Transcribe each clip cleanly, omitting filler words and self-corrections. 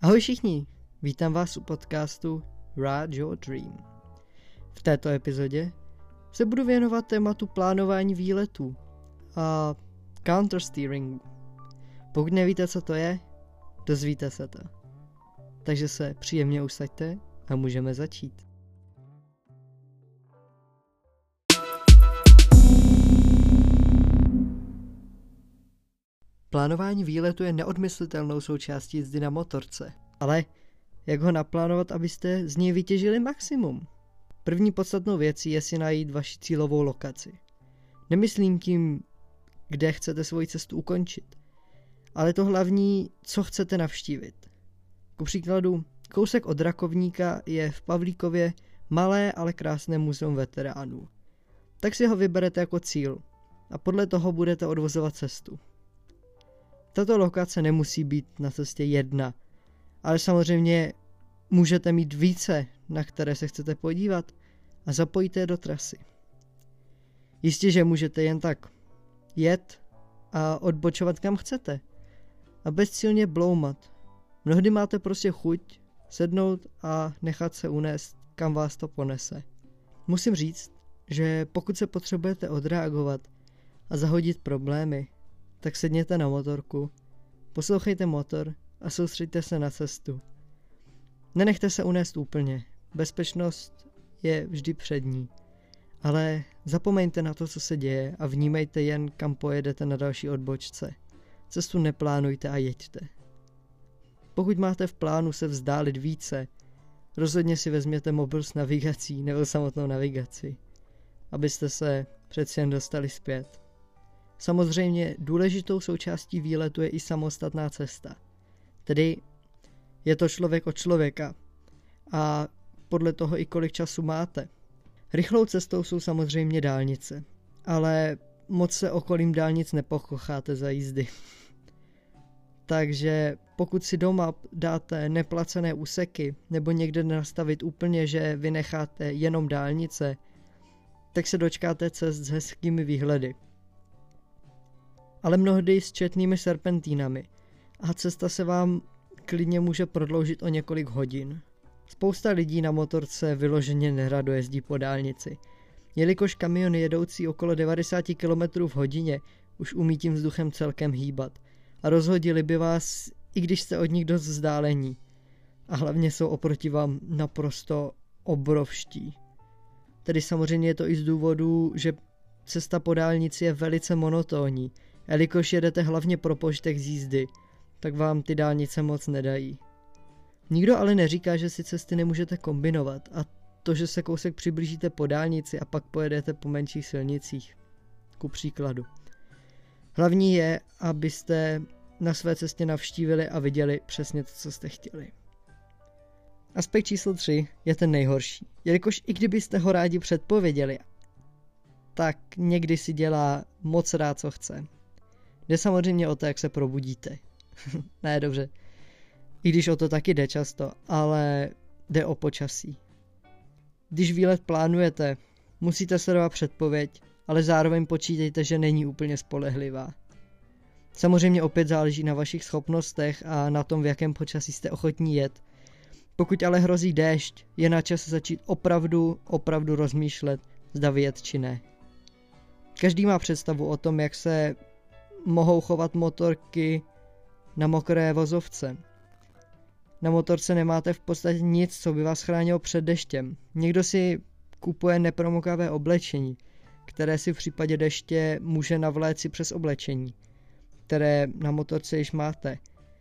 Ahoj všichni, vítám vás u podcastu Ride Your Dream. V této epizodě se budu věnovat tématu plánování výletů a countersteeringu. Pokud nevíte, co to je, dozvíte se to. Takže se příjemně usaďte a můžeme začít. Plánování výletu je neodmyslitelnou součástí jízdy na motorce, ale jak ho naplánovat, abyste z něj vytěžili maximum? První podstatnou věcí je si najít vaši cílovou lokaci. Nemyslím tím, kde chcete svoji cestu ukončit, ale to hlavní, co chcete navštívit. Ku příkladu, kousek od Rakovníka je v Pavlíkově malé, ale krásné muzeum veteránů. Tak si ho vyberete jako cíl a podle toho budete odvozovat cestu. Tato lokace nemusí být na cestě jedna, ale samozřejmě můžete mít více, na které se chcete podívat a zapojte je do trasy. Jistě, že můžete jen tak jet a odbočovat kam chcete a bezcílně bloumat. Mnohdy máte prostě chuť sednout a nechat se unést, kam vás to ponese. Musím říct, že pokud se potřebujete odreagovat a zahodit problémy, tak sedněte na motorku, poslouchejte motor a soustřeďte se na cestu. Nenechte se unést úplně, bezpečnost je vždy přední, ale zapomeňte na to, co se děje a vnímejte jen, kam pojedete na další odbočce. Cestu neplánujte a jeďte. Pokud máte v plánu se vzdálit více, rozhodně si vezměte mobil s navigací nebo samotnou navigaci, abyste se přeci jen dostali zpět. Samozřejmě důležitou součástí výletu je i samostatná cesta. Tedy je to člověk od člověka a podle toho i kolik času máte. Rychlou cestou jsou samozřejmě dálnice, ale moc se okolím dálnic nepokocháte za jízdy. Takže pokud si doma dáte neplacené úseky nebo někde nastavit úplně, že vynecháte jenom dálnice, tak se dočkáte cest s hezkými výhledy. Ale mnohdy s četnými serpentínami a cesta se vám klidně může prodloužit o několik hodin. Spousta lidí na motorce vyloženě nerado jezdí po dálnici, jelikož kamiony jedoucí okolo 90 km v hodině už umí tím vzduchem celkem hýbat a rozhodili by vás, i když jste od nich dost vzdálení. A hlavně jsou oproti vám naprosto obrovští. Tedy samozřejmě je to i z důvodu, že cesta po dálnici je velice monotónní, jelikož jedete hlavně pro požitek z jízdy, tak vám ty dálnice moc nedají. Nikdo ale neříká, že si cesty nemůžete kombinovat a to, že se kousek přiblížíte po dálnici a pak pojedete po menších silnicích. Ku příkladu. Hlavní je, abyste na své cestě navštívili a viděli přesně to, co jste chtěli. Aspekt číslo 3 je ten nejhorší, jelikož i kdybyste ho rádi předpověděli, tak někdy si dělá moc rád, co chce. Jde samozřejmě o to, jak se probudíte. Ne, dobře. I když o to taky jde často, ale jde o počasí. Když výlet plánujete, musíte sledovat předpověď, ale zároveň počítejte, že není úplně spolehlivá. Samozřejmě opět záleží na vašich schopnostech a na tom, v jakém počasí jste ochotní jet. Pokud ale hrozí déšť, je na čase začít opravdu rozmýšlet, zda vyjet či ne. Každý má představu o tom, jak se mohou chovat motorky na mokré vozovce. Na motorce nemáte v podstatě nic, co by vás chránilo před deštěm. Někdo si kupuje nepromokavé oblečení, které si v případě deště může navléci přes oblečení, které na motorce již máte.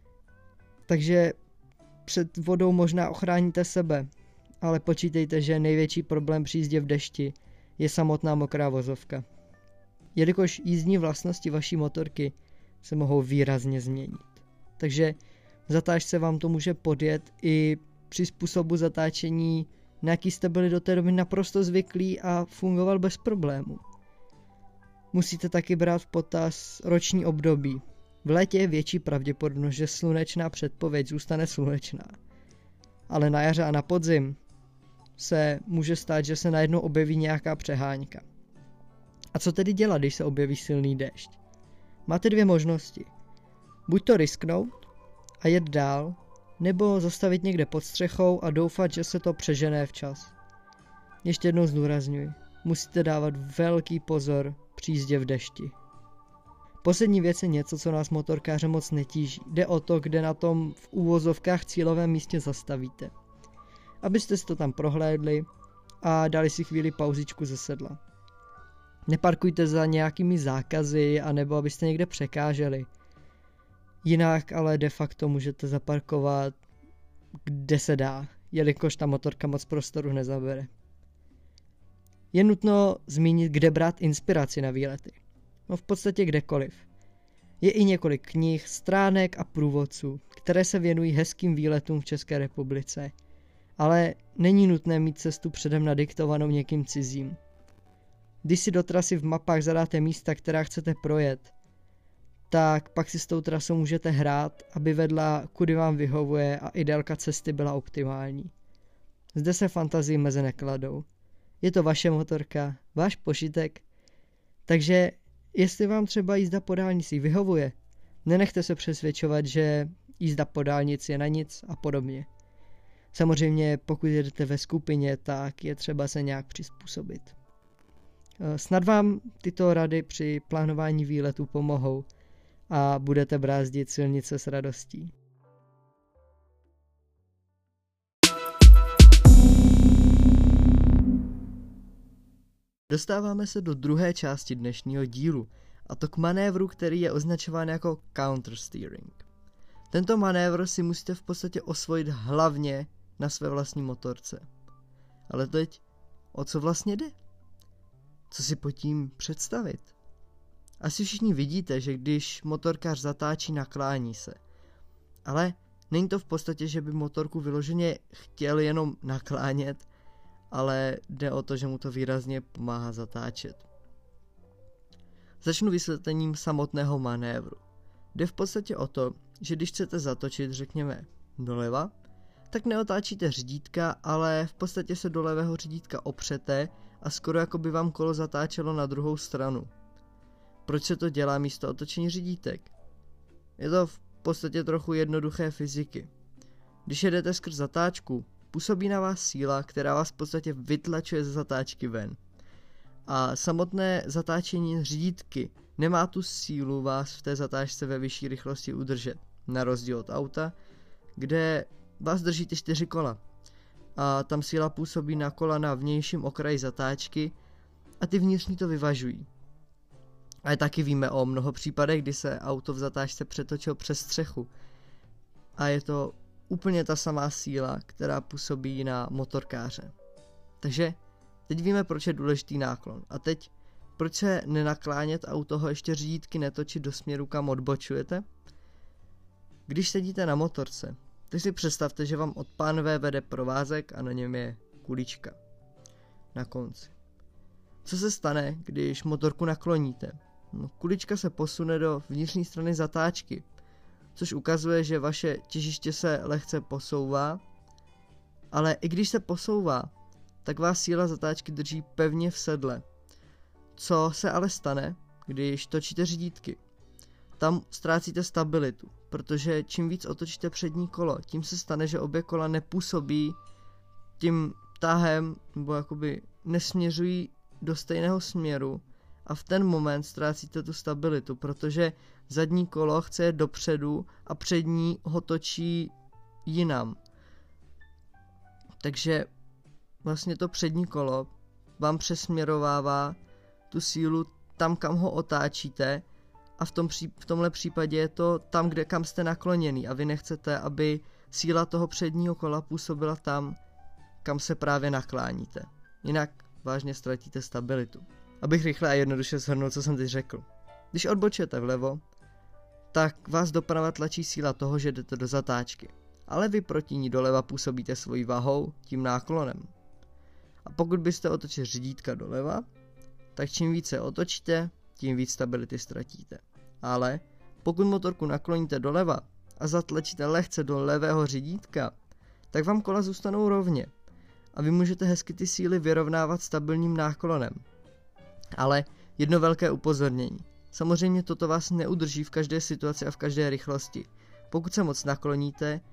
Takže před vodou možná ochráníte sebe, ale počítejte, že největší problém při jízdě v dešti je samotná mokrá vozovka. Jelikož jízdní vlastnosti vaší motorky se mohou výrazně změnit. Takže v zatáčce vám to může podjet i při způsobu zatáčení, na jaký jste byli do té doby naprosto zvyklí a fungoval bez problémů. Musíte taky brát v potaz roční období. V létě je větší pravděpodobnost, že slunečná předpověď zůstane slunečná. Ale na jaře a na podzim se může stát, že se najednou objeví nějaká přeháňka. A co tedy dělat, když se objeví silný déšť? Máte dvě možnosti. Buď to risknout a jet dál, nebo zastavit někde pod střechou a doufat, že se to přežené včas. Ještě jednou zdůrazňuji, musíte dávat velký pozor při jízdě v dešti. Poslední věc je něco, co nás motorkáře moc netíží. Jde o to, kde na tom v úvozovkách cílovém místě zastavíte. Abyste si to tam prohlédli a dali si chvíli pauzičku ze sedla. Neparkujte za nějakými zákazy, anebo abyste někde překáželi. Jinak ale de facto můžete zaparkovat kde se dá, jelikož ta motorka moc prostoru nezabere. Je nutno zmínit, kde brát inspiraci na výlety. No v podstatě kdekoliv. Je i několik knih, stránek a průvodců, které se věnují hezkým výletům v České republice. Ale není nutné mít cestu předem nadiktovanou někým cizím. Když si do trasy v mapách zadáte místa, která chcete projet, tak pak si s tou trasou můžete hrát, aby vedla, kudy vám vyhovuje a i délka cesty byla optimální. Zde se fantazii meze nekladou. Je to vaše motorka, váš požitek, takže jestli vám třeba jízda po dálnici vyhovuje, nenechte se přesvědčovat, že jízda po dálnici je na nic a podobně. Samozřejmě pokud jedete ve skupině, tak je třeba se nějak přizpůsobit. Snad vám tyto rady při plánování výletu pomohou a budete brázdit silnice s radostí. Dostáváme se do druhé části dnešního dílu, a to k manévru, který je označován jako countersteering. Tento manévr si musíte v podstatě osvojit hlavně na své vlastní motorce. Ale teď, o co vlastně jde? Co si pod tím představit? Asi všichni vidíte, že když motorkář zatáčí, naklání se. Ale není to v podstatě, že by motorku vyloženě chtěl jenom naklánět, ale jde o to, že mu to výrazně pomáhá zatáčet. Začnu vysvětlením samotného manévru. Jde v podstatě o to, že když chcete zatočit, řekněme, doleva, tak neotáčíte řídítka, ale v podstatě se do levého řídítka opřete a skoro jako by vám kolo zatáčelo na druhou stranu. Proč se to dělá místo otočení řídítek? Je to v podstatě trochu jednoduché fyziky. Když jedete skrz zatáčku, působí na vás síla, která vás v podstatě vytlačuje ze zatáčky ven. A samotné zatáčení řídítky nemá tu sílu vás v té zatáčce ve vyšší rychlosti udržet. Na rozdíl od auta, kde vás drží ty 4 kola. A tam síla působí na kola na vnějším okraji zatáčky a ty vnitřní to vyvažují. Ale taky víme o mnoho případech, kdy se auto v zatáčce přetočilo přes střechu. A je to úplně ta samá síla, která působí na motorkáře. Takže teď víme, proč je důležitý náklon. A teď, proč se nenaklánět a u toho ještě řídítky netočit do směru, kam odbočujete? Když sedíte na motorce, tak si představte, že vám od pánve vede provázek a na něm je kulička na konci. Co se stane, když motorku nakloníte? No, kulička se posune do vnitřní strany zatáčky, což ukazuje, že vaše těžiště se lehce posouvá, ale i když se posouvá, tak vás síla zatáčky drží pevně v sedle. Co se ale stane, když točíte řídítky? Tam ztrácíte stabilitu, protože čím víc otočíte přední kolo, tím se stane, že obě kola nepůsobí tím tahem, nebo jakoby nesměřují do stejného směru a v ten moment ztrácíte tu stabilitu, protože zadní kolo chce jet dopředu a přední ho točí jinam. Takže vlastně to přední kolo vám přesměrovává tu sílu tam, kam ho otáčíte a v tomhle případě je to tam, kam jste nakloněný a vy nechcete, aby síla toho předního kola působila tam, kam se právě nakláníte. Jinak vážně ztratíte stabilitu. Abych rychle a jednoduše shrnul, co jsem teď řekl. Když odbočujete vlevo, tak vás doprava tlačí síla toho, že jdete do zatáčky, ale vy proti ní doleva působíte svojí vahou, tím náklonem. A pokud byste otočili řídítka doleva, tak čím více otočíte, tím víc stability ztratíte. Ale pokud motorku nakloníte doleva a zatlačíte lehce do levého řídítka, tak vám kola zůstanou rovně a vy můžete hezky ty síly vyrovnávat stabilním náklonem. Ale jedno velké upozornění. Samozřejmě toto vás neudrží v každé situaci a v každé rychlosti. Pokud se moc nakloníte,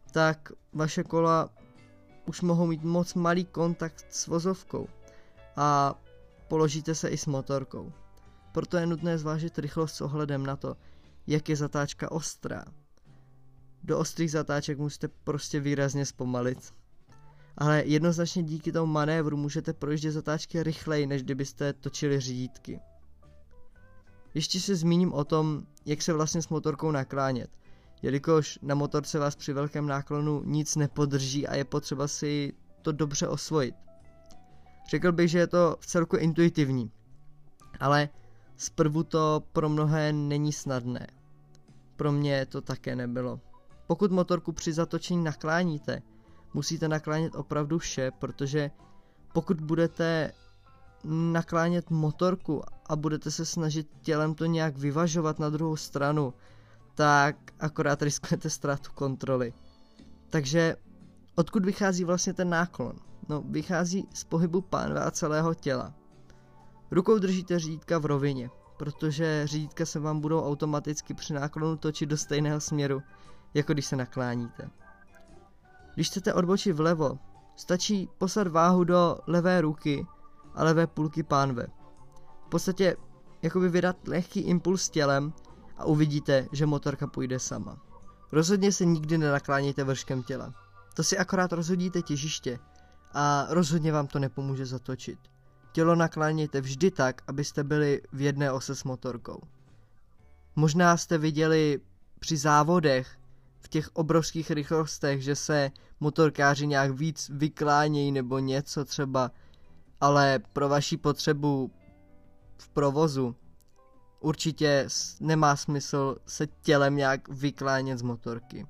tak vaše kola už mohou mít moc malý kontakt s vozovkou a položíte se i s motorkou. Proto je nutné zvážit rychlost s ohledem na to, jak je zatáčka ostrá. Do ostrých zatáček musíte prostě výrazně zpomalit. Ale jednoznačně díky tomu manévru můžete projíždět zatáčky rychleji, než kdybyste točili řídítky. Ještě se zmíním o tom, jak se vlastně s motorkou naklánět, jelikož na motorce vás při velkém náklonu nic nepodrží a je potřeba si to dobře osvojit. Řekl bych, že je to vcelku intuitivní, ale zprvu to pro mnohé není snadné. Pro mě to také nebylo. Pokud motorku při zatočení nakláníte, musíte naklánět opravdu vše, protože pokud budete naklánět motorku a budete se snažit tělem to nějak vyvažovat na druhou stranu, tak akorát riskujete ztrátu kontroly. Takže odkud vychází vlastně ten náklon? No, vychází z pohybu pánve a celého těla. Rukou držíte řídítka v rovině, protože řídítka se vám budou automaticky při náklonu točit do stejného směru, jako když se nakláníte. Když chcete odbočit vlevo, stačí poslat váhu do levé ruky a levé půlky pánve. V podstatě jakoby vydat lehký impuls tělem a uvidíte, že motorka půjde sama. Rozhodně se nikdy nenaklánějte vrškem těla. To si akorát rozhodíte těžiště a rozhodně vám to nepomůže zatočit. Tělo naklánějte vždy tak, abyste byli v jedné ose s motorkou. Možná jste viděli při závodech v těch obrovských rychlostech, že se motorkáři nějak víc vyklánějí nebo něco třeba, ale pro vaši potřebu v provozu určitě nemá smysl se tělem nějak vyklánět z motorky.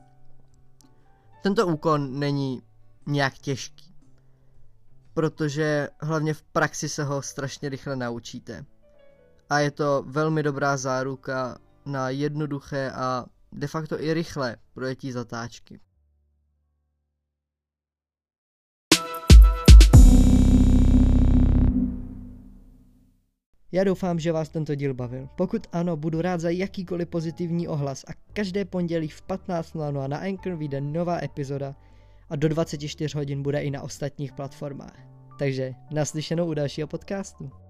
Tento úkon není nějak těžký, protože hlavně v praxi se ho strašně rychle naučíte. A je to velmi dobrá záruka na jednoduché a de facto i rychlé projetí zatáčky. Já doufám, že vás tento díl bavil. Pokud ano, budu rád za jakýkoliv pozitivní ohlas a každé pondělí v 15:00 na Anchor vyjde nová epizoda a do 24 hodin bude i na ostatních platformách. Takže naslyšenou u dalšího podcastu.